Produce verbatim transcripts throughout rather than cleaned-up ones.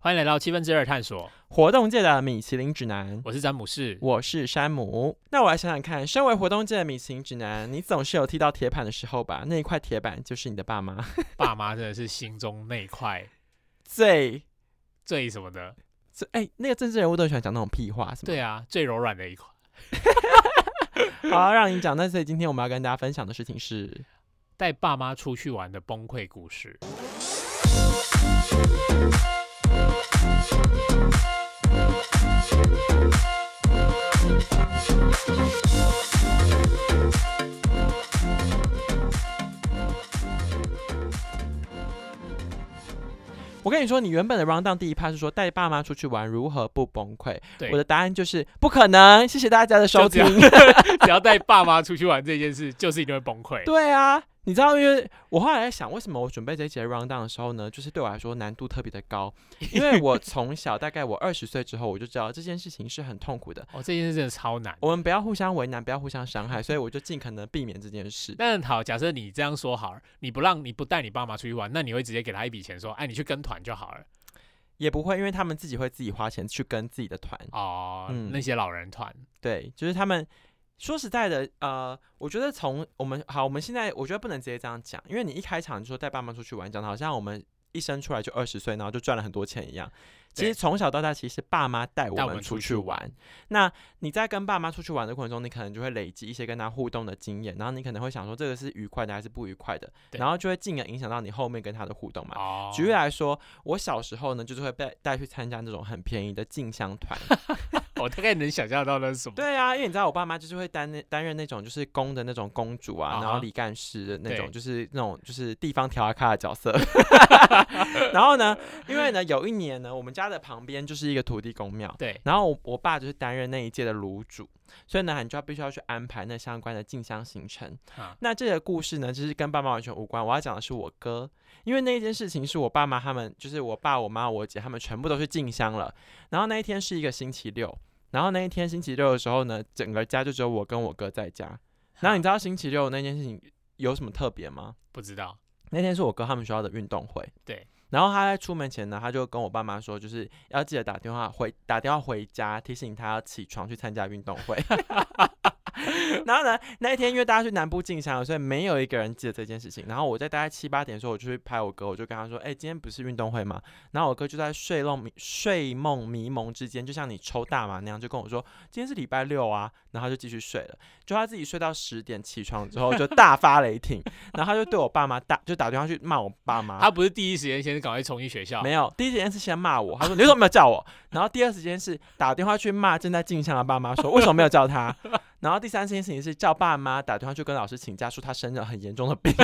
欢迎来到七分之二探索活动界的米其林指南， 我是詹姆士， 我是山姆。那我来想想看，身为活动界的米其林指南，你总是有踢到铁板的时候吧？那一块铁板就是你的爸妈。 爸妈真的是心中那一块最最什么的， 哎、欸，那个政治人物都喜欢讲那种屁话，是吗？ 对啊，最柔软的一块。 好、啊，让你讲。那所以今天我们要跟大家分享的事情是带爸妈出去玩的崩溃故事。 我跟你说，你原本的 round down 第一 part 是说带爸妈出去玩如何不崩溃， 对， 我的答案就是不可能。谢谢大家的收听。 只要带爸妈出去玩这件事，就是一定会崩溃。 对啊，你知道，因为我后来在想，为什么我准备这一节 round down 的时候呢，就是对我来说难度特别的高，因为我从小大概我二十岁之后，我就知道这件事情是很痛苦的。 哦，这件事真的超难。 我们不要互相为难，不要互相伤害，所以我就尽可能避免这件事。 但好，假设你这样说好了，你不让你不带你爸妈出去玩，那你会直接给他一笔钱说，哎，你去跟团就好了。 也不会，因为他们自己会自己花钱去跟自己的团哦、嗯，那些老人团， 对，就是他们。说实在的，呃，我觉得从我们好，我们现在我觉得不能直接这样讲，因为你一开场就说带爸妈出去玩，讲的好像我们一生出来就二十岁，然后就赚了很多钱一样。其实从小到大，其实是爸妈带我们出去玩。那你在跟爸妈出去玩的过程中，你可能就会累积一些跟他互动的经验，然后你可能会想说这个是愉快的还是不愉快的，然后就会进而影响到你后面跟他的互动嘛。 哦、 举例来说，我小时候呢，就是会被带去参加那种很便宜的进香团。 我大概能想象到那是什么。 对啊，因为你知道我爸妈就是会担担任那种就是公的那种公主啊， uh-huh. 然后李干事的那种，就是那种就是地方调阿卡的角色。然后呢，因为呢有一年呢，我们家的旁边就是一个土地公庙， 对， 然后 我, 我爸就是担任那一届的炉主，所以呢，你就要必须要去安排那相关的进香行程。啊、那这个故事呢，就是跟爸妈完全无关，我要讲的是我哥。因为那一件事情是我爸妈他们，就是我爸、我妈、我姐他们全部都去进香了。然后那一天是一个星期六，然后那一天星期六的时候呢，整个家就只有我跟我哥在家。然后你知道星期六那件事情有什么特别吗？ 不知道。 那天是我哥他们学校的运动会。 对。然后他在出门前呢，他就跟我爸妈说，就是要记得打电话回打电话回家，提醒他要起床去参加运动会。然后呢，那一天因为大家去南部进香了，所以没有一个人记得这件事情。然后我在大概七八点的时候，我就去拍我哥，我就跟他说：“哎、欸，今天不是运动会吗？”然后我哥就在睡梦睡梦迷蒙之间，就像你抽大麻那样，就跟我说：“今天是礼拜六啊。”然后他就继续睡了。就他自己睡到十点起床之后，就大发雷霆，然后他就对我爸妈打就打电话去骂我爸妈。 他不是第一时间先赶快冲进学校， 没有，第一时间是先骂我，他说：“你为什么没有叫我？”然后第二时间是打电话去骂正在进香的爸妈，说：“为什么没有叫他？”然后第三件事情是叫爸妈打电话去跟老师请假，说他生了很严重的病。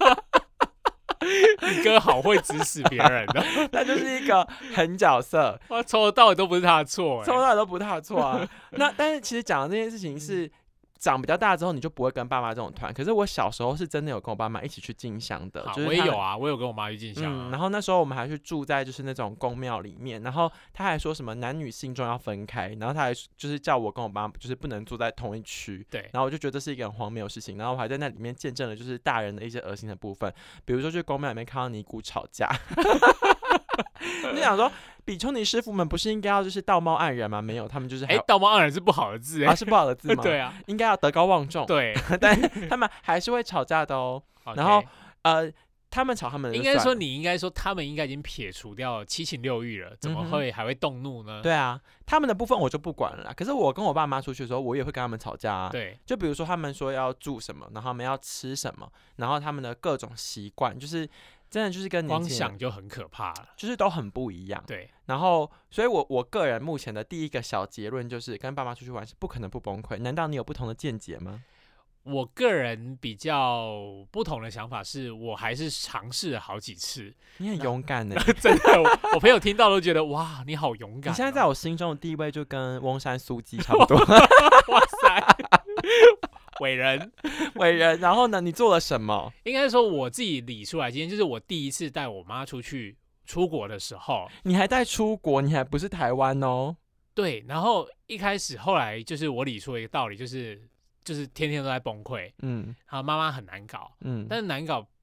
你哥好会指使别人的， 他就是一个狠角色， 哇，从头到尾都不是他的错， 从头到尾都不是他的错啊。那但是其实讲的这件事情是。长比较大之后，你就不会跟爸妈这种团。可是我小时候是真的有跟我爸妈一起去进香的，就是我也有啊，我有跟我妈去进香、啊嗯。然后那时候我们还去住在就是那种宫庙里面，然后他还说什么男女性重要分开，然后他还就是叫我跟我妈就是不能住在同一区。 对。 然后我就觉得这是一个很荒谬的事情，然后我还在那里面见证了就是大人的一些恶心的部分，比如说去宫庙里面看到尼姑吵架。就想说，比丘尼师傅们不是应该要就是道貌岸然吗？没有，他们就是哎， 道貌岸然是不好的字， 啊，是不好的字吗？ 对啊， 应该要德高望重。 对， 但他们还是会吵架的哦。 okay. 然后呃，他们吵他们的， 应该说你应该说他们应该已经撇除掉七情六欲了，怎么会还会动怒呢？ 嗯、对啊，他们的部分我就不管了啦。可是我跟我爸妈出去的时候，我也会跟他们吵架啊。 对， 就比如说他们说要住什么，然后他们要吃什么，然后他们的各种习惯，就是。真的就是跟年轻人光想就很可怕了， 就是都很不一样。 对， 然后所以我我个人目前的第一个小结论就是，跟爸妈出去玩是不可能不崩溃。难道你有不同的见解吗？ 我个人比较不同的想法是，我还是尝试了好几次。 你很勇敢呢、 欸，真的，我，我朋友听到都觉得哇，你好勇敢、哦。 你现在在我心中的地位就跟翁山苏姬差不多。 哇塞！伟人， 伟人，然后呢？你做了什么？ 应该说我自己理出来，今天就是我第一次带我妈出去出国的时候。 你还带出国，你还不是台湾哦。 对，然后一开始，后来就是我理出了一个道理，就是就是天天都在崩溃，嗯，然后妈妈很难搞，嗯，但是难搞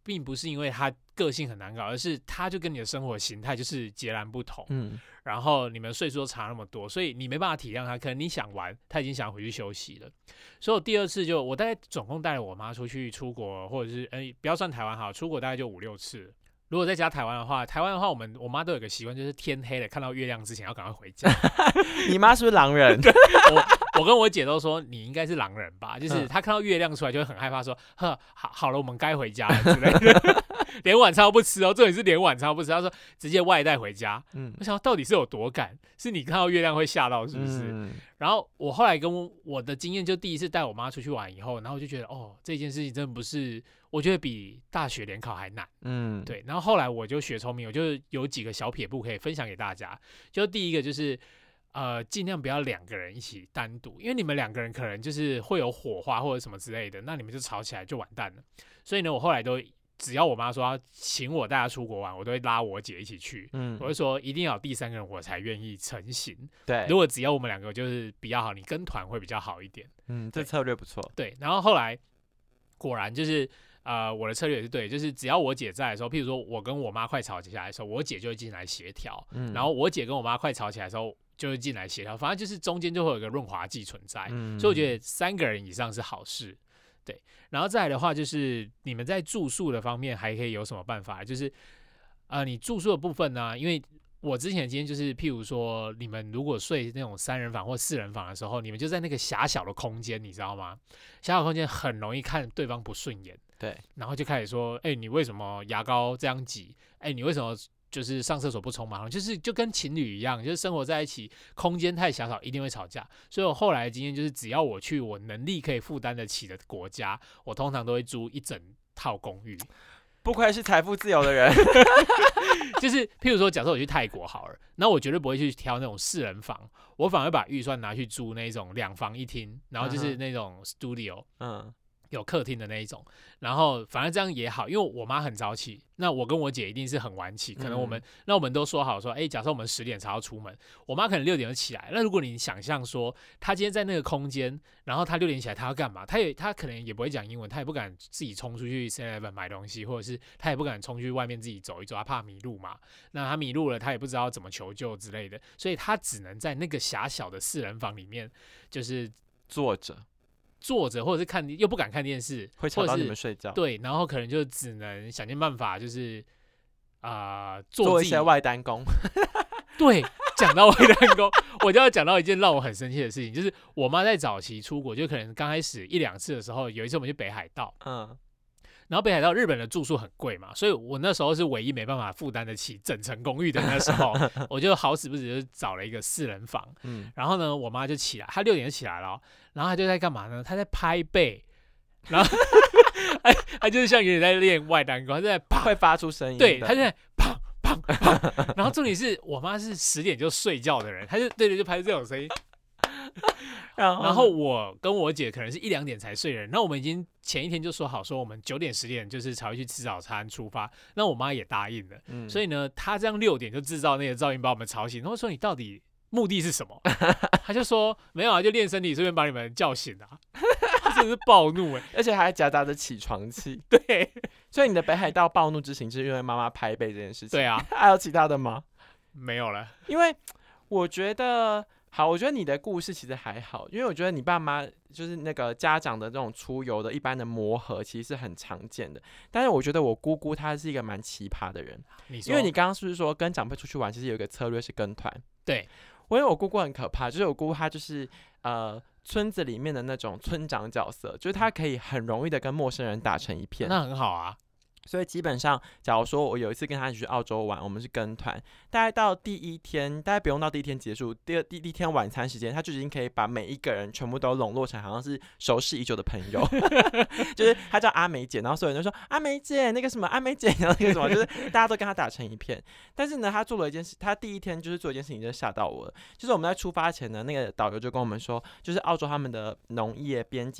并不是因为他个性很难搞，而是他就跟你的生活形态就是截然不同。 嗯， 然后你们岁数都差那么多，所以你没办法体谅他。可能你想玩，他已经想回去休息了。所以我第二次就我大概总共带了我妈出去出国，或者是哎、欸、不要算台湾好，出国大概就五六次了。如果再加台湾的话，台湾的话，我们我妈都有个习惯，就是天黑了看到月亮之前要赶快回家。 你妈是不是狼人？ 我我跟我姐都说你应该是狼人吧，就是她看到月亮出来就会很害怕说，呵，好好了，我们该回家了之类的。连晚餐都不吃哦，重点是连晚餐都不吃。她说直接外带回家。嗯，我想到底是有多赶？是你看到月亮会吓到是不是？嗯、然后我后来跟 我, 我的经验就第一次带我妈出去玩以后，然后我就觉得哦，这件事情真的不是。我觉得比大学联考还难，嗯，对。然后后来我就学聪明，我就有几个小撇步可以分享给大家。就第一个就是，呃，尽量不要两个人一起单独，因为你们两个人可能就是会有火花或者什么之类的，那你们就吵起来就完蛋了。所以呢，我后来都只要我妈说要请我带她出国玩，我都会拉我姐一起去。嗯，我会说一定要有第三个人我才愿意成行。对，如果只要我们两个就是比较好，你跟团会比较好一点。 嗯，这策略不错。 对，然后后来果然就是。呃，我的策略也是对，就是只要我姐在的时候，譬如说我跟我妈快吵起来的时候，我姐就会进来协调，嗯，然后我姐跟我妈快吵起来的时候，就会进来协调，反正就是中间就会有一个润滑剂存在，嗯，所以我觉得三个人以上是好事，对。然后再来的话，就是你们在住宿的方面还可以有什么办法？就是呃，你住宿的部分呢，因为我之前的经验就是，譬如说你们如果睡那种三人房或四人房的时候，你们就在那个狭小的空间，你知道吗？狭小空间很容易看对方不顺眼。 对， 然后就开始说，哎、欸，你为什么牙膏这样挤？哎、欸，你为什么就是上厕所不冲马桶？就是就跟情侣一样，就是生活在一起，空间太狭小，一定会吵架。所以我后来的经验就是，只要我去我能力可以负担得起的国家，我通常都会租一整套公寓。 不愧是财富自由的人。 就是譬如说，假设我去泰国好了，那我绝对不会去挑那种四人房，我反而会把预算拿去租那种两房一厅，然后就是那种 studio， 嗯。有客厅的那一种，然后反正这样也好，因为我妈很早起，那我跟我姐一定是很晚起，可能我们、嗯、那我们都说好说，哎、欸，假设我们十点才要出门，我妈可能六点就起来。那如果你想象说，她今天在那个空间，然后她六点起来，她要干嘛？她也她可能也不会讲英文，她也不敢自己冲出去 seven eleven 买东西，或者是她也不敢冲去外面自己走一走，她怕迷路嘛。那她迷路了，她也不知道怎么求救之类的，所以她只能在那个狭小的四人房里面，就是坐着。 坐着，或者是看，又不敢看电视， 会吵到你们睡觉。 对，然后可能就只能想尽办法，就是啊、呃，做, 做一些外单工。 对，讲到外单工，我就要讲到一件让我很生气的事情，就是我妈在早期出国，就可能刚开始一两次的时候，有一次我们去北海道，嗯。然后北海道日本的住宿很贵嘛，所以我那时候是唯一没办法负担得起整层公寓的那时候，我就好死不死就找了一个四人房。嗯，然后呢，我妈就起来，她六点就起来了、哦，然后她就在干嘛呢？她在拍背，然后她就是像有点在练外单功，她在啪会发出声音， 对，她就在砰砰砰。然后重点是我妈是十点就睡觉的人，她就对对就拍出这种声音。然后, 然后我跟我姐可能是一两点才睡的人，那我们已经前一天就说好，说我们九点十点就是才会去吃早餐出发，那我妈也答应了，嗯、所以呢，她这样六点就制造那个噪音把我们吵醒，然后说你到底目的是什么？她就说没有啊，就练身体，顺便把你们叫醒啊。她真的是暴怒哎、欸， 而且还夹杂着起床气。 对， 所以你的北海道暴怒之行就是因为妈妈拍背这件事情。 对啊， 还有其他的吗？ 没有了， 因为我觉得。好，我觉得你的故事其实还好，因为我觉得你爸妈就是那个家长的这种出游的一般的磨合，其实是很常见的。但是我觉得我姑姑她是一个蛮奇葩的人，因为你刚刚是不是说跟长辈出去玩，其实有一个策略是跟团？ 对， 我因为我姑姑很可怕，就是我姑姑她就是呃村子里面的那种村长角色，就是她可以很容易的跟陌生人打成一片， 那很好啊。 所以基本上，假如说我有一次跟他一起去澳洲玩，我们是跟团，大概到第一天，大概不用到第一天结束，第二第第一天晚餐时间，他就已经可以把每一个人全部都笼络成好像是熟识已久的朋友，就是他叫阿梅姐，然后所有人都说阿梅姐那个什么阿梅姐，然后那个什么，就是大家都跟他打成一片。但是呢，他做了一件事，他第一天就是做一件事情，就吓到我了。就是我们在出发前呢，那个导游就跟我们说，就是澳洲他们的农业边际。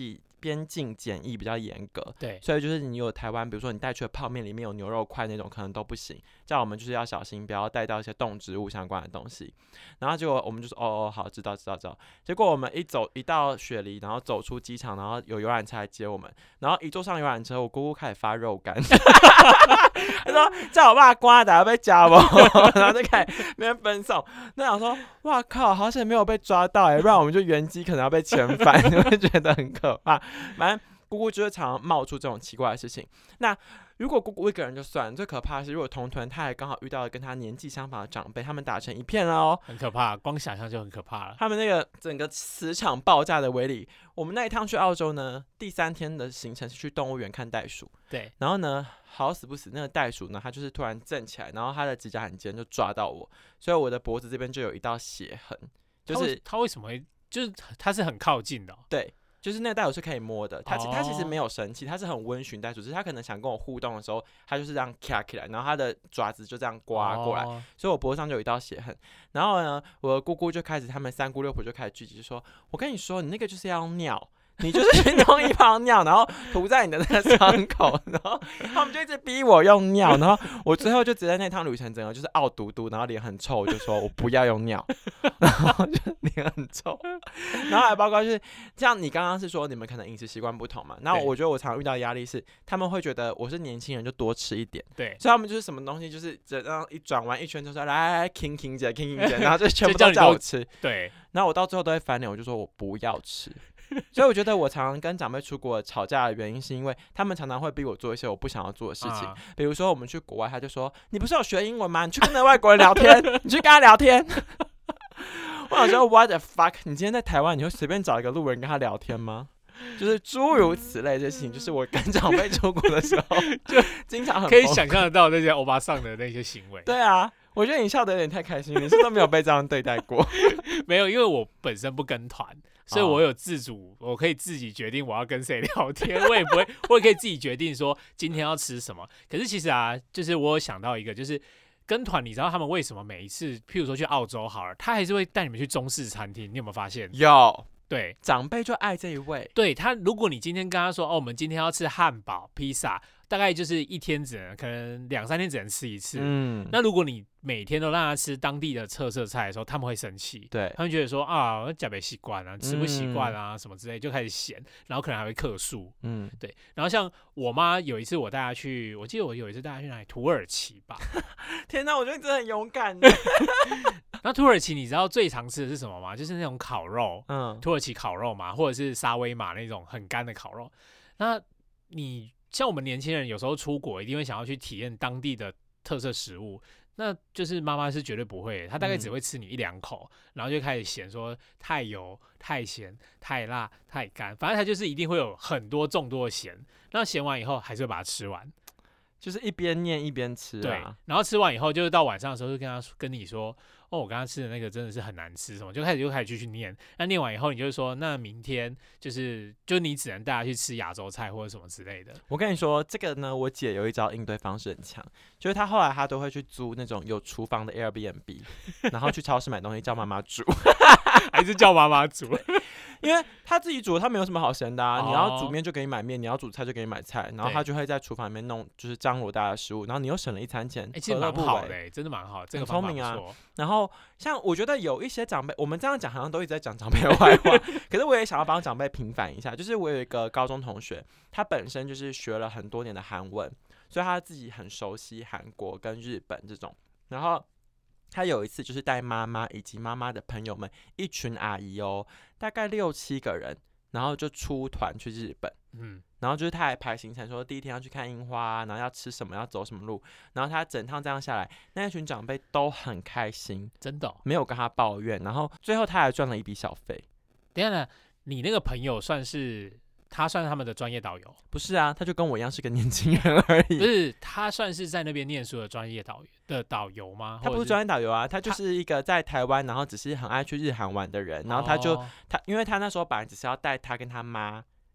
边境检疫比较严格， 对， 所以就是你有台湾，比如说你带去的泡面里面有牛肉块那种，可能都不行，叫我们就是要小心，不要带到一些动植物相关的东西。然后结果我们就说哦哦好，知道知道知道。结果我们一走一到雪梨，然后走出机场，然后有游览车来接我们，然后一坐上游览车，我姑姑开始发肉干，她说叫我爸刮打要被夹我，然后就开始那边分送。那想说哇靠，好险没有被抓到哎、欸，不然我们就原机可能要被遣返，你会觉得很可怕。反正姑姑就会常常冒出这种奇怪的事情。那如果姑姑一个人就算，最可怕的是如果同团他还刚好遇到了跟他年纪相仿的长辈，他们打成一片了哦， 很可怕，光想象就很可怕了。 他们那个整个磁场爆炸的威力。我们那一趟去澳洲呢，第三天的行程是去动物园看袋鼠， 对， 然后呢，好死不死，那个袋鼠呢，它就是突然站起来，然后它的指甲很尖，就抓到我，所以我的脖子这边就有一道血痕，就是它为什么会，就是它是很靠近的、哦， 对。就是那个袋鼠是可以摸的，它、 哦、 它其实没有生气，它是很温驯袋鼠，只是它可能想跟我互动的时候，它就是这样卡起来，然后它的爪子就这样刮过来， 哦、 所以我脖子上就有一道血痕。然后呢，我的姑姑就开始，他们三姑六婆就开始聚集，就说：“我跟你说，你那个就是要尿。”你就是去弄一泡尿，然后涂在你的那个伤口，然后他们就一直逼我用尿，然后我最后就直接那趟旅程整个就是傲嘟嘟，然后脸很臭，我就说我不要用尿，然后就脸很臭，然后还包括就是像你刚刚是说你们可能饮食习惯不同嘛，那我觉得我常遇到的压力是他们会觉得我是年轻人就多吃一点， 对， 所以他们就是什么东西就是这样一转完一圈就说来来来 king king 姐 king king 姐，然后就全部都叫我吃， 对， 然后我到最后都会翻脸，我就说我不要吃。所以我觉得我常常跟长辈出国吵架的原因，是因为他们常常会逼我做一些我不想要做的事情。啊、比如说我们去国外，他就说：“你不是有学英文吗？你去跟那外国人聊天，你去跟他聊天。”我想说 ，What the fuck？ 你今天在台湾，你会随便找一个路人跟他聊天吗？就是诸如此类的事情，就是我跟长辈出国的时候，就经常很可以想象得到那些欧巴桑的那些行为。 对啊。我觉得你笑得有点太开心，你是不是都没有被这样对待过？ 没有，因为我本身不跟团，所以我有自主，我可以自己决定我要跟谁聊天，我也不会，我也可以自己决定说今天要吃什么。可是其实啊，就是我有想到一个，就是跟团，你知道他们为什么每一次，譬如说去澳洲好了，他还是会带你们去中式餐厅，你有没有发现？ 有。 对， 长辈就爱这一位。 对他，如果你今天跟他说，哦，我们今天要吃汉堡、披萨，大概就是一天只能可能两三天只能吃一次。嗯，那如果你每天都让他吃当地的特色菜的时候，他们会生气。 对， 他们觉得说啊，我假没习惯啊，吃不习惯啊、嗯，什么之类，就开始嫌，然后可能还会客诉。嗯，对。然后像我妈有一次我带她去，我记得我有一次带她去哪里？土耳其吧。 天哪，我觉得你真的很勇敢。 那土耳其你知道最常吃的是什么吗？就是那种烤肉，嗯，土耳其烤肉嘛，或者是沙威玛那种很干的烤肉。那你像我们年轻人有时候出国一定会想要去体验当地的特色食物，那就是妈妈是绝对不会的，她大概只会吃你一两口，嗯、然后就开始嫌说太油、太咸、太辣、太干，反正她就是一定会有很多众多的咸。那咸完以后还是会把它吃完。 就是一边念一边吃、啊， 对，然后吃完以后，就是到晚上的时候就跟他跟你说，哦，我刚刚吃的那个真的是很难吃，什么就开始就开始继续念。那念完以后，你就说，那明天就是就你只能带他去吃亚洲菜或者什么之类的。 我跟你说，这个呢，我姐有一招应对方式很强，就是她后来她都会去租那种有厨房的 Airbnb， 然后去超市买东西叫妈妈煮， 还是叫妈妈煮。 因为他自己煮，他没有什么好嫌的啊。Oh. 你要煮面就给你买面，你要煮菜就给你买菜，然后他就会在厨房里面弄，就是张罗大家的食物，然后你又省了一餐钱， 哎、欸，其实蛮好的、欸，真的蛮好的，这个方法不错。 很聪明啊。然后像我觉得有一些长辈，我们这样讲好像都一直在讲长辈的坏话，可是我也想要帮长辈平反一下。就是我有一个高中同学，他本身就是学了很多年的韩文，所以他自己很熟悉韩国跟日本这种，然后。他有一次就是带妈妈以及妈妈的朋友们，一群阿姨哦，大概六七个人，然后就出团去日本。嗯，然后就是他还排行程说第一天要去看樱花，然后要吃什么，要走什么路。然后他整趟这样下来，那一群长辈都很开心， 真的、哦、 没有跟他抱怨。然后最后他还赚了一笔小费。 等一下呢，你那个朋友算是？他算是他们的专业导游？ 不是啊，他就跟我一样是个年轻人而已。 不是，他算是在那边念书的专业导游的导游吗？ 他不是专业导游啊，他就是一个在台湾，然后只是很爱去日韩玩的人。然后他就、哦、他，因为他那时候本来只是要带他跟他妈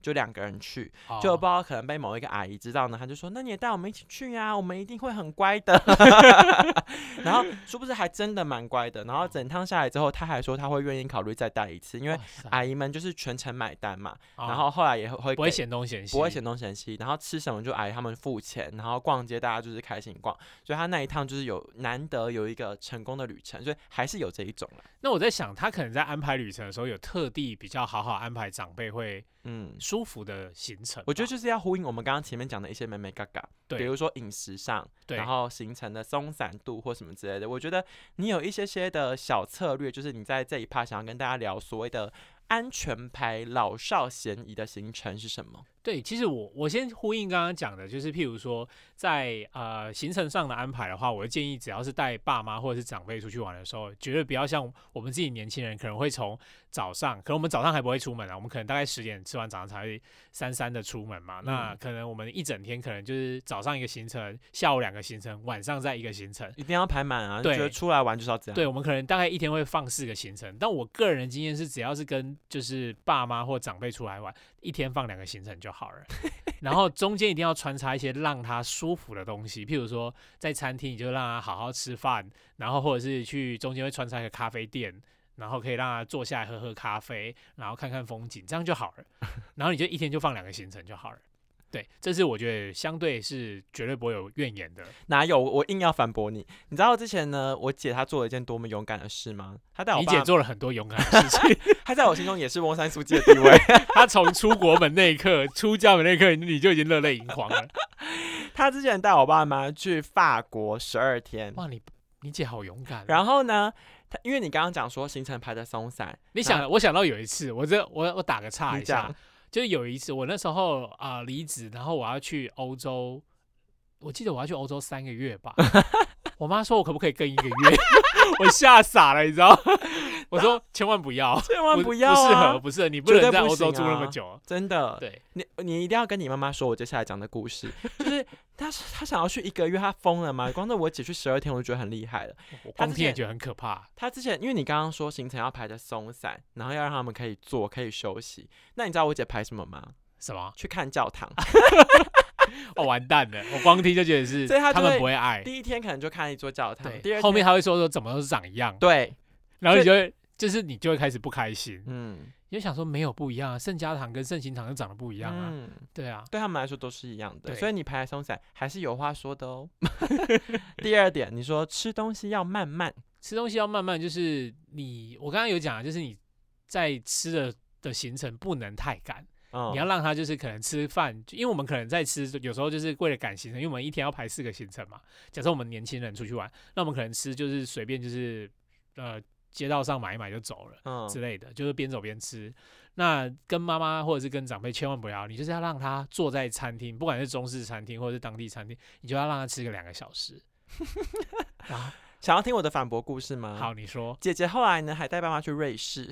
就两个人去， 哦就不知道可能被某一个阿姨知道呢，她就说那你也带我们一起去呀、啊，我们一定会很乖的。然后殊不知还真的蛮乖的，然后整趟下来之后，她还说她会愿意考虑再带一次，因为阿姨们就是全程买单嘛， 哦、 然后后来也会不会嫌东嫌西， 不会嫌东嫌西，然后吃什么就阿姨他们付钱，然后逛街大家就是开心逛，所以她那一趟就是有难得有一个成功的旅程，所以还是有这一种啦。 那我在想，他可能在安排旅程的时候，有特地比较好好安排长辈会嗯舒服的行程。 我觉得就是要呼应我们刚刚前面讲的一些眉眉角角，比如说饮食上，然后行程的松散度或什么之类的。我觉得你有一些些的小策略，就是你在这一 part 想要跟大家聊所谓的安全牌老少咸宜的行程是什么？ 对，其实我我先呼应刚刚讲的，就是譬如说在呃行程上的安排的话，我会建议只要是带爸妈或者是长辈出去玩的时候，绝对不要像我们自己年轻人可能会从早上，可能我们早上还不会出门啊，我们可能大概十点吃完早上才会三三的出门嘛。嗯、那可能我们一整天可能就是早上一个行程，下午两个行程，晚上再一个行程， 一定要排满啊！对，觉得出来玩就是要这样。 对，我们可能大概一天会放四个行程，但我个人经验是，只要是跟就是爸妈或长辈出来玩，一天放两个行程就好了。然后中间一定要穿插一些让他舒服的东西，譬如说在餐厅你就让他好好吃饭，然后或者是去中间会穿插一个咖啡店，然后可以让他坐下来喝喝咖啡，然后看看风景，这样就好了。然后你就一天就放两个行程就好了。对，这是我觉得相对是绝对不会有怨言的。 哪有？我硬要反驳你。你知道之前呢，我姐她做了一件多么勇敢的事吗？她带我爸， 你姐做了很多勇敢的事情， 她在我心中也是翁山苏姬的地位。 她从出国门那一刻，出家门那一刻，你就已经热泪盈眶了。 她之前带我爸妈去法国十二天， 哇，你你姐好勇敢、啊。 然后呢？因为你刚刚讲说行程排的松散， 你想，我想到有一次，我这我我打个岔一下。就是有一次，我那时候啊离职，然后我要去欧洲，我记得我要去欧洲三个月吧。我妈说我可不可以跟一个月，我吓傻了，你知道？我说千万不要， 千万不要、啊， 不适合，不适合，你不能在欧洲住那么久、啊， 真的。 对， 你你一定要跟你妈妈说，我接下来讲的故事，就是她她想要去一个月，她疯了吗？光是我姐去十二天，我就觉得很厉害了。 我光听也觉得很可怕。 她之前因为你刚刚说行程要排的松散，然后要让他们可以坐可以休息，那你知道我姐排什么吗？ 什么？ 去看教堂。 哦，完蛋了！我光听就觉得是， 所以他们不会爱。 第一天可能就看一座教堂， 对，后面他会说说怎么都是长一样， 对， 然后你就会就是你就会开始不开心， 嗯， 你就想说没有不一样啊，圣家堂跟圣心堂就长得不一样啊，嗯，对啊， 对他们来说都是一样的，所以你排松散还是有话说的哦。第二点，你说吃东西要慢慢， 吃东西要慢慢，就是你我刚刚有讲，就是你在吃的的行程不能太赶。你要让他就是可能吃饭，因为我们可能在吃，有时候就是为了赶行程，因为我们一天要排四个行程嘛。假设我们年轻人出去玩，那我们可能吃就是随便就是呃街道上买一买就走了、嗯、之类的，就是边走边吃。那跟妈妈或者是跟长辈千万不要，你就是要让他坐在餐厅，不管是中式餐厅或者是当地餐厅，你就要让他吃个两个小时。啊想要听我的反驳故事吗？ 好，你说。 姐姐后来呢，还带爸妈去瑞士。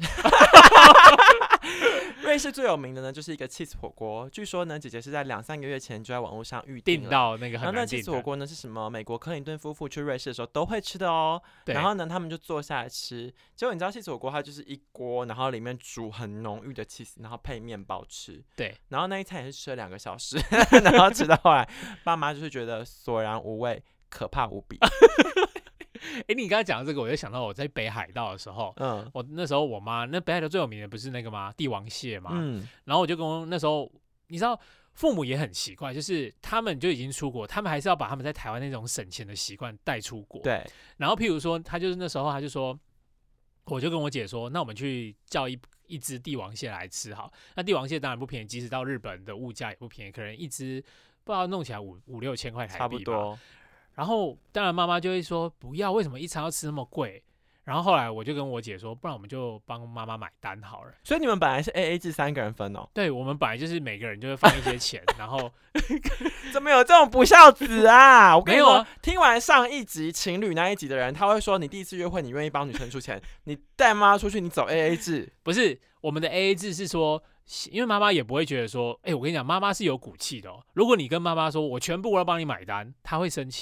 瑞士最有名的呢，就是一个 cheese 火锅。据说呢，姐姐是在两三个月前就在网络上预定到那个很难订的。 然后那 cheese 火锅呢，是什么？美国克林顿夫妇去瑞士的时候都会吃的哦。然后呢，他们就坐下来吃。结果你知道 cheese 火锅它就是一锅，然后里面煮很浓郁的 cheese， 然后配面包吃。 对。 然后那一餐也是吃了两个小时，然后吃到后来，爸妈就是觉得索然无味，可怕无比。 哎、欸，你刚才讲到这个，我就想到我在北海道的时候，嗯，我那时候我妈那北海道最有名的不是那个吗？帝王蟹嘛，嗯，然后我就跟我那时候，你知道父母也很奇怪，就是他们就已经出国，他们还是要把他们在台湾那种省钱的习惯带出国， 对。 然后譬如说，他就是那时候他就说，我就跟我姐说，那我们去叫一一只帝王蟹来吃好。那帝王蟹当然不便宜，即使到日本的物价也不便宜，可能一只不知道弄起来五五六千块台币吧，差不多。然后当然妈妈就会说不要，为什么一餐要吃那么贵？然后后来我就跟我姐说，不然我们就帮妈妈买单好了。 所以你们本来是 A A 制三个人分哦？ 对，我们本来就是每个人就会放一些钱，然后怎么有这种不孝子啊？我跟你说， 啊、 听完上一集情侣那一集的人，他会说你第一次约会你愿意帮女生出钱，你带妈妈出去你走 A A 制。 不是，我们的 A A 制是说。因为妈妈也不会觉得说，哎、欸，我跟你讲，妈妈是有骨气的哦。如果你跟妈妈说我全部我要帮你买单，她会生气。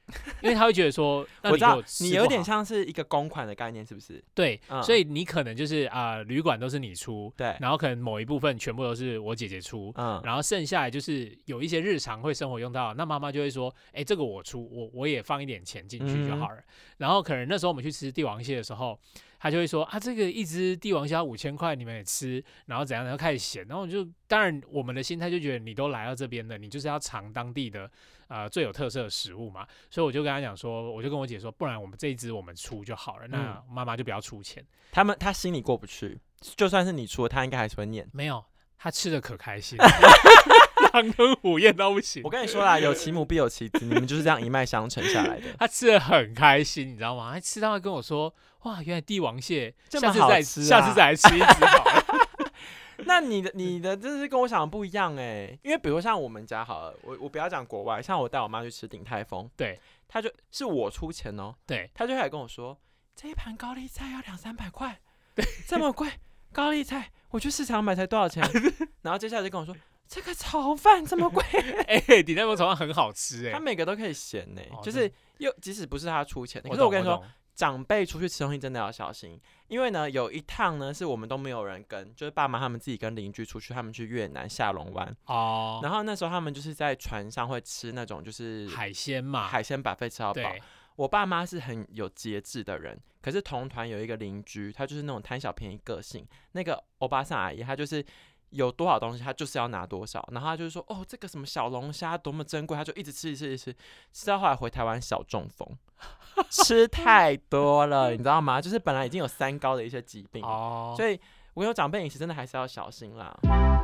因为他会觉得说，那我知道你你有点像是一个公款的概念，是不是？ 对， 嗯、 所以你可能就是啊、呃，旅馆都是你出， 对， 然后可能某一部分全部都是我姐姐出， 嗯， 然后剩下来就是有一些日常会生活用到，那妈妈就会说，哎，这个我出，我我也放一点钱进去就好了。嗯、然后可能那时候我们去吃帝王蟹的时候，他就会说啊，这个一只帝王虾五千块，你们也吃，然后怎样，然后开始嫌，然后我就当然我们的心态就觉得你都来到这边了，你就是要尝当地的呃最有特色的食物嘛，所以我就跟他讲说，我就跟我姐说，不然我们这一支我们出就好了，那妈妈就不要出钱。 他们他心里过不去，就算是你出了，他应该还是会念。 没有，他吃的可开心，狼吞虎咽到不行。 我跟你说啦，有其母必有其子，你们就是这样一脉相承下来的。 他吃的很开心，你知道吗？他吃到会跟我说，哇，原来帝王蟹这么好吃、啊， 下次再来吃一只好了。 那你的你的真是跟我想的不一样哎、欸，因为比如像我们家好了，我我不要讲国外，像我带我妈去吃鼎泰丰， 对， 他就是我出钱哦、喔， 对， 他就开始跟我说，这一盘高丽菜要两三百块，这么贵，高丽菜我去市场买才多少钱？然后接下来就跟我说，这个炒饭这么贵， 哎、欸，鼎泰丰炒饭很好吃哎、欸， 他每个都可以咸呢、欸哦， 就是又即使不是他出钱，可是我跟你说。长辈出去吃东西真的要小心，因为呢，有一趟呢是我们都没有人跟，就是爸妈他们自己跟邻居出去，他们去越南下龙湾哦，然后那时候他们就是在船上会吃那种就是海鲜嘛， 海鲜把费吃到饱。我爸妈是很有节制的人，可是同团有一个邻居，他就是那种贪小便宜个性，那个欧巴桑阿姨，她就是有多少东西，她就是要拿多少，然后她就是说，哦，这个什么小龙虾多么珍贵，她就一直吃，一直吃，一直吃，吃到后来回台湾小中风。吃太多了，你知道吗？就是本来已经有三高的一些疾病，哦、所以我有长辈饮食真的还是要小心啦。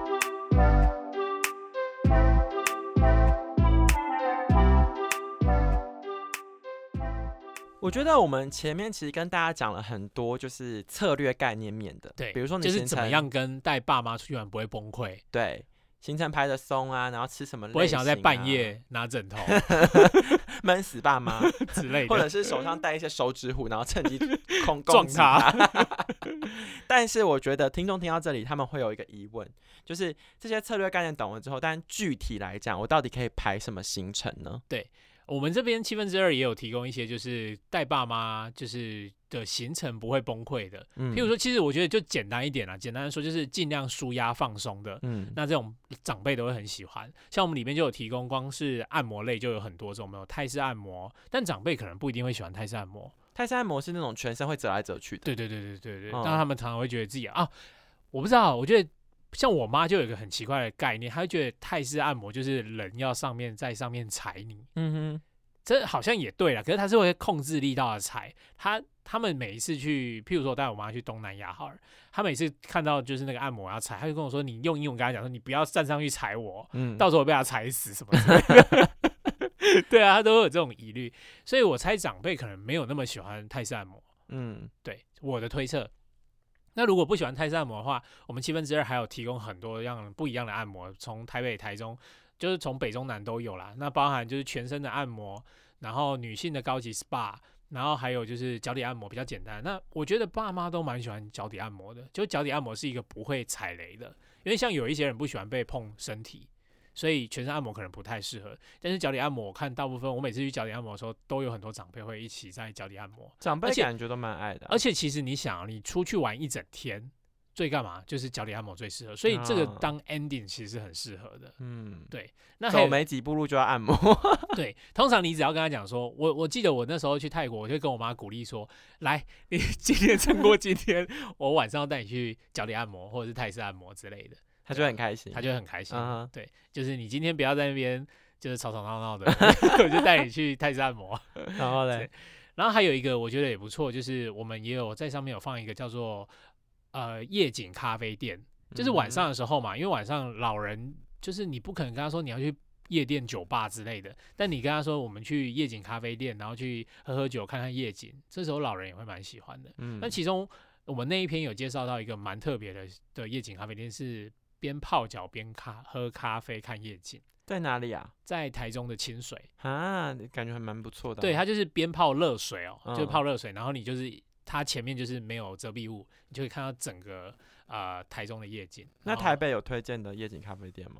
我觉得我们前面其实跟大家讲了很多，就是策略概念面的， 对， 比如说你就是怎么样跟带爸妈出去玩不会崩溃， 对。行程排的松啊，然后吃什么类型、啊？ 不会想要在半夜拿枕头闷死爸妈之类的， 或者是手上带一些手指虎，然后趁机空撞他。 但是我觉得听众听到这里，他们会有一个疑问，就是这些策略概念懂了之后，但具体来讲，我到底可以排什么行程呢？ 对。我们这边七分之二也有提供一些，就是带爸妈就是的行程不会崩溃的。嗯，譬如说，其实我觉得就简单一点啦，简单的说就是尽量舒压放松的。嗯，那这种长辈都会很喜欢。像我们里面就有提供，光是按摩类就有很多种，有泰式按摩，但长辈可能不一定会喜欢泰式按摩。 泰式按摩是那种全身会折来折去的。 对对对对对对，但、嗯、他们常常会觉得自己啊，我不知道，我觉得。像我妈就有一个很奇怪的概念，她会觉得泰式按摩就是人要上面在上面踩你，嗯哼，这好像也对啦，可是她是会控制力道的踩。她他们每一次去，譬如说我带我妈去东南亚好了，她每次看到就是那个按摩要踩，她就跟我说，你用英文跟她讲说，你不要站上去踩我，嗯，到时候我被她踩死什么之类的。对啊，她都有这种疑虑，所以我猜长辈可能没有那么喜欢泰式按摩。嗯，对，我的推测。那如果不喜欢泰式按摩的话，我们七分之二还有提供很多样不一样的按摩，从台北、台中，就是从北中南都有啦。那包含就是全身的按摩，然后女性的高级 S P A， 然后还有就是脚底按摩比较简单。那我觉得爸妈都蛮喜欢脚底按摩的，就脚底按摩是一个不会踩雷的，因为像有一些人不喜欢被碰身体。所以全身按摩可能不太适合，但是脚底按摩我看大部分，我每次去脚底按摩的时候，都有很多长辈会一起在脚底按摩。 长辈感觉都蛮爱的、啊， 而且其实你想，你出去玩一整天，最干嘛？就是脚底按摩最适合，所以这个当 ending 其实是很适合的。嗯，对。那走没几步路就要按摩。 对，通常你只要跟他讲说，我我记得我那时候去泰国，我就跟我妈鼓励说，来，你今天撑过今天，我晚上要带你去脚底按摩或者是泰式按摩之类的。 他就很开心， 他就很开心。 Uh-huh. 对，就是你今天不要在那边就是吵吵闹闹的，我就带你去泰式按摩。 然后嘞， 然后还有一个我觉得也不错，就是我们也有在上面有放一个叫做呃夜景咖啡店，就是晚上的时候嘛，因为晚上老人就是你不可能跟他说你要去夜店、酒吧之类的，但你跟他说我们去夜景咖啡店，然后去喝喝酒、看看夜景，这时候老人也会蛮喜欢的。嗯，那其中我们那一篇有介绍到一个蛮特别的的夜景咖啡店是。边泡脚边咖喝咖啡看夜景， 在哪里啊？ 在台中的清水啊，感觉还蛮不错的、啊。 对，它就是边泡热水哦，嗯、就是泡热水，然后你就是它前面就是没有遮蔽物，你就会看到整个呃台中的夜景。 那台北有推荐的夜景咖啡店吗？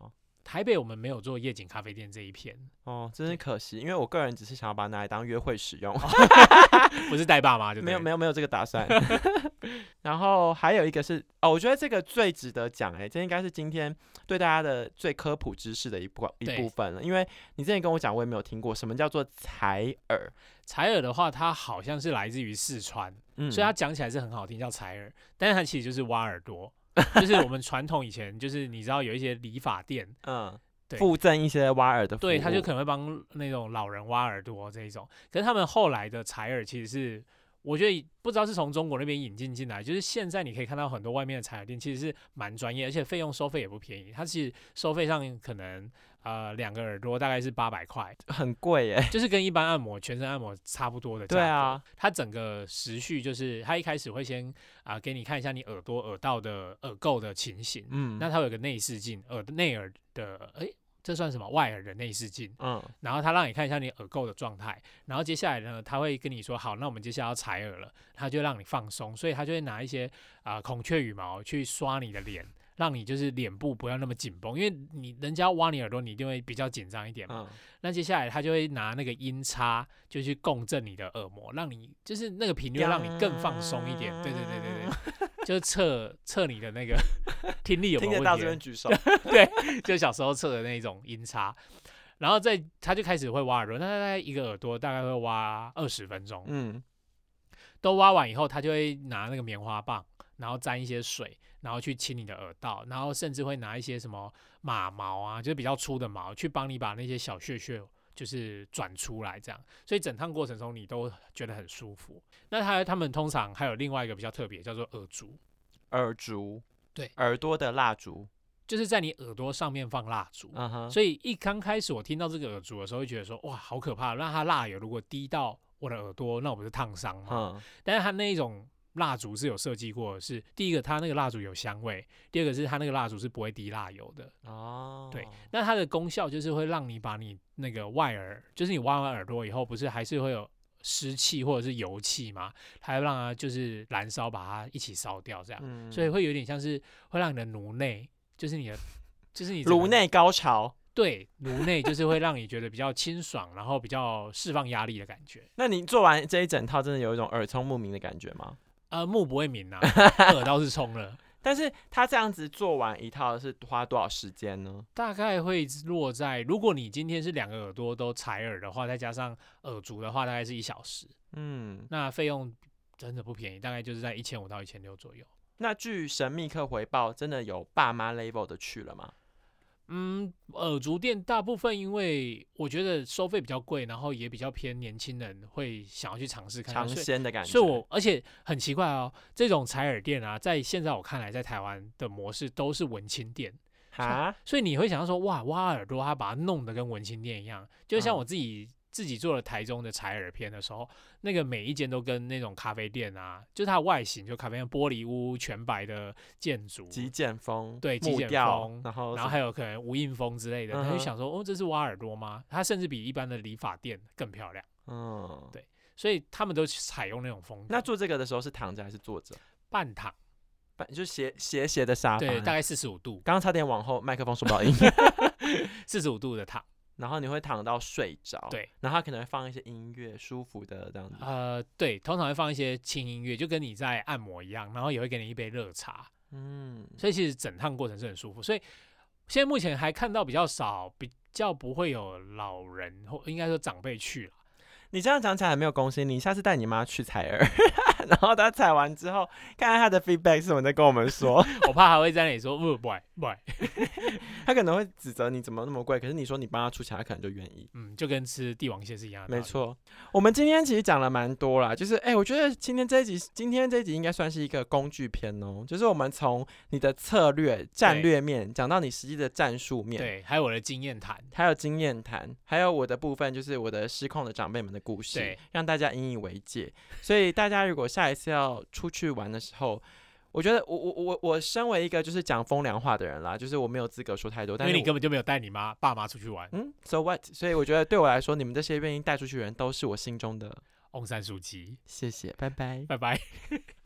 台北我们没有做夜景咖啡店这一片。 哦，真是可惜，因为我个人只是想要把它拿来当约会使用， 不是带爸妈就对没有没有没有这个打算。然后还有一个是哦，我觉得这个最值得讲哎，这应该是今天对大家的最科普知识的一部一部分了，因为你之前跟我讲，我也没有听过什么叫做采耳。 采耳的话，它好像是来自于四川，嗯、所以它讲起来是很好听，叫采耳，但是它其实就是挖耳朵，就是我们传统以前就是你知道有一些理发店，嗯。 附赠一些挖耳的服务， 对，他就可能会帮那种老人挖耳朵这一种。可是他们后来的采耳其实是，我觉得不知道是从中国那边引进进来，就是现在你可以看到很多外面的采耳店其实是蛮专业，而且费用收费也不便宜。它其实收费上可能呃两个耳朵大概是八百块， 很贵耶， 就是跟一般按摩全身按摩差不多的价格。 对啊， 它整个时序就是它一开始会先啊、呃、给你看一下你耳朵耳道的耳垢的情形，嗯，那它有个内视镜，耳内耳的哎。这算什么？外耳的内视镜，嗯，然后他让你看一下你耳垢的状态，然后接下来呢，他会跟你说，好，那我们接下来要采耳了，他就让你放松，所以他就会拿一些啊、呃、孔雀羽毛去刷你的脸，让你就是脸部不要那么紧绷，因为你人家挖你耳朵，你一定会比较紧张一点嘛。嗯、那接下来他就会拿那个音叉就去共振你的耳膜，让你就是那个频率让你更放松一点。对对对对对，就是测测你的那个听力有没有问题。 听得到这边举手。 对，就小时候测的那种音叉。然后再他就开始会挖耳朵，那大概一个耳朵大概会挖二十分钟。嗯，都挖完以后，他就会拿那个棉花棒，然后沾一些水，然后去清你的耳道，然后甚至会拿一些什么马毛啊，就是比较粗的毛，去帮你把那些小屑屑就是转出来，这样。所以整趟过程中你都觉得很舒服。那他他们通常还有另外一个比较特别，叫做耳烛。 耳烛， 对， 耳朵的蜡烛。 就是在你耳朵上面放蜡烛， uh-huh. 所以一刚开始我听到这个耳烛的时候，会觉得说哇，好可怕！那它蜡油如果滴到我的耳朵，那我不是烫伤吗？ uh-huh. 但是它那一种蜡烛是有设计过的是，是第一个它那个蜡烛有香味，第二个是它那个蜡烛是不会滴蜡油的。哦、oh. ，对，那它的功效就是会让你把你那个外耳，就是你挖完耳朵以后，不是还是会有湿气或者是油气嘛，它会让它就是燃烧，把它一起烧掉，这样、嗯，所以会有点像是会让你的颅内。就是你的，就是你颅内高潮， 对，颅内就是会让你觉得比较清爽，然后比较释放压力的感觉。 那你做完这一整套，真的有一种耳聪目明的感觉吗？ 呃，目不会明啊，耳倒是聪了。 但是他这样子做完一套是花多少时间呢？ 大概会落在，如果你今天是两个耳朵都采耳的话，再加上耳烛的话，大概是一小时。嗯，那费用真的不便宜，大概就是在一千五到一千六左右。 那据神秘客回报，真的有爸妈 level 的去了吗？ 嗯，耳烛店大部分因为我觉得收费比较贵，然后也比较偏年轻人会想要去尝试看看， 尝鲜的感觉。 所以我而且很奇怪哦，这种采耳店啊，在现在我看来，在台湾的模式都是文青店啊，所以你会想到说，哇，挖耳朵，他把它弄得跟文青店一样，就像我自己。嗯自己做了台中的采耳片的时候，那个每一间都跟那种咖啡店啊，就是它的外形就咖啡店玻璃屋全白的建筑， 极简风， 对，极简风， 然后然后还有可能无印风之类的，他、嗯、就想说，哦，这是挖耳朵吗？它甚至比一般的理发店更漂亮，嗯，对，所以他们都采用那种风格。 那做这个的时候是躺着还是坐着？ 半躺， 半就斜斜斜的沙发， 对，大概四十五度。 刚刚差点往后，麦克风收不到音， 四十五度的躺。 然后你会躺到睡着， 对， 然后他可能会放一些音乐，舒服的这样子。 呃，对，通常会放一些轻音乐，就跟你在按摩一样，然后也会给你一杯热茶，嗯，所以其实整趟过程是很舒服。所以现在目前还看到比较少，比较不会有老人或应该说长辈去了。 你这样讲起来没有公信力，你下次带你妈去采耳，然后她采完之后，看看她的 feedback 是什么，再跟我们说。 我怕她会在那里说不不不， 她可能会指责你怎么那么贵，可是你说你帮她出钱，她可能就愿意。 嗯，就跟吃帝王蟹是一样的。 没错，我们今天其实讲了蛮多啦，就是哎、欸，我觉得今天这一集，今天这一集应该算是一个工具篇哦，就是我们从你的策略、战略面讲到你实际的战术面， 对，还有我的经验谈， 还有经验谈，还有我的部分就是我的失控的长辈们的故事， 对， 让大家引以为戒。所以大家如果下一次要出去玩的时候，我觉得我我我我身为一个就是讲风凉话的人啦，就是我没有资格说太多，但是因为你根本就没有带你妈爸妈出去玩。 嗯 ，So what？ 所以我觉得对我来说，你们这些愿意带出去的人，都是我心中的翁山书记。 谢谢，拜拜， 拜拜。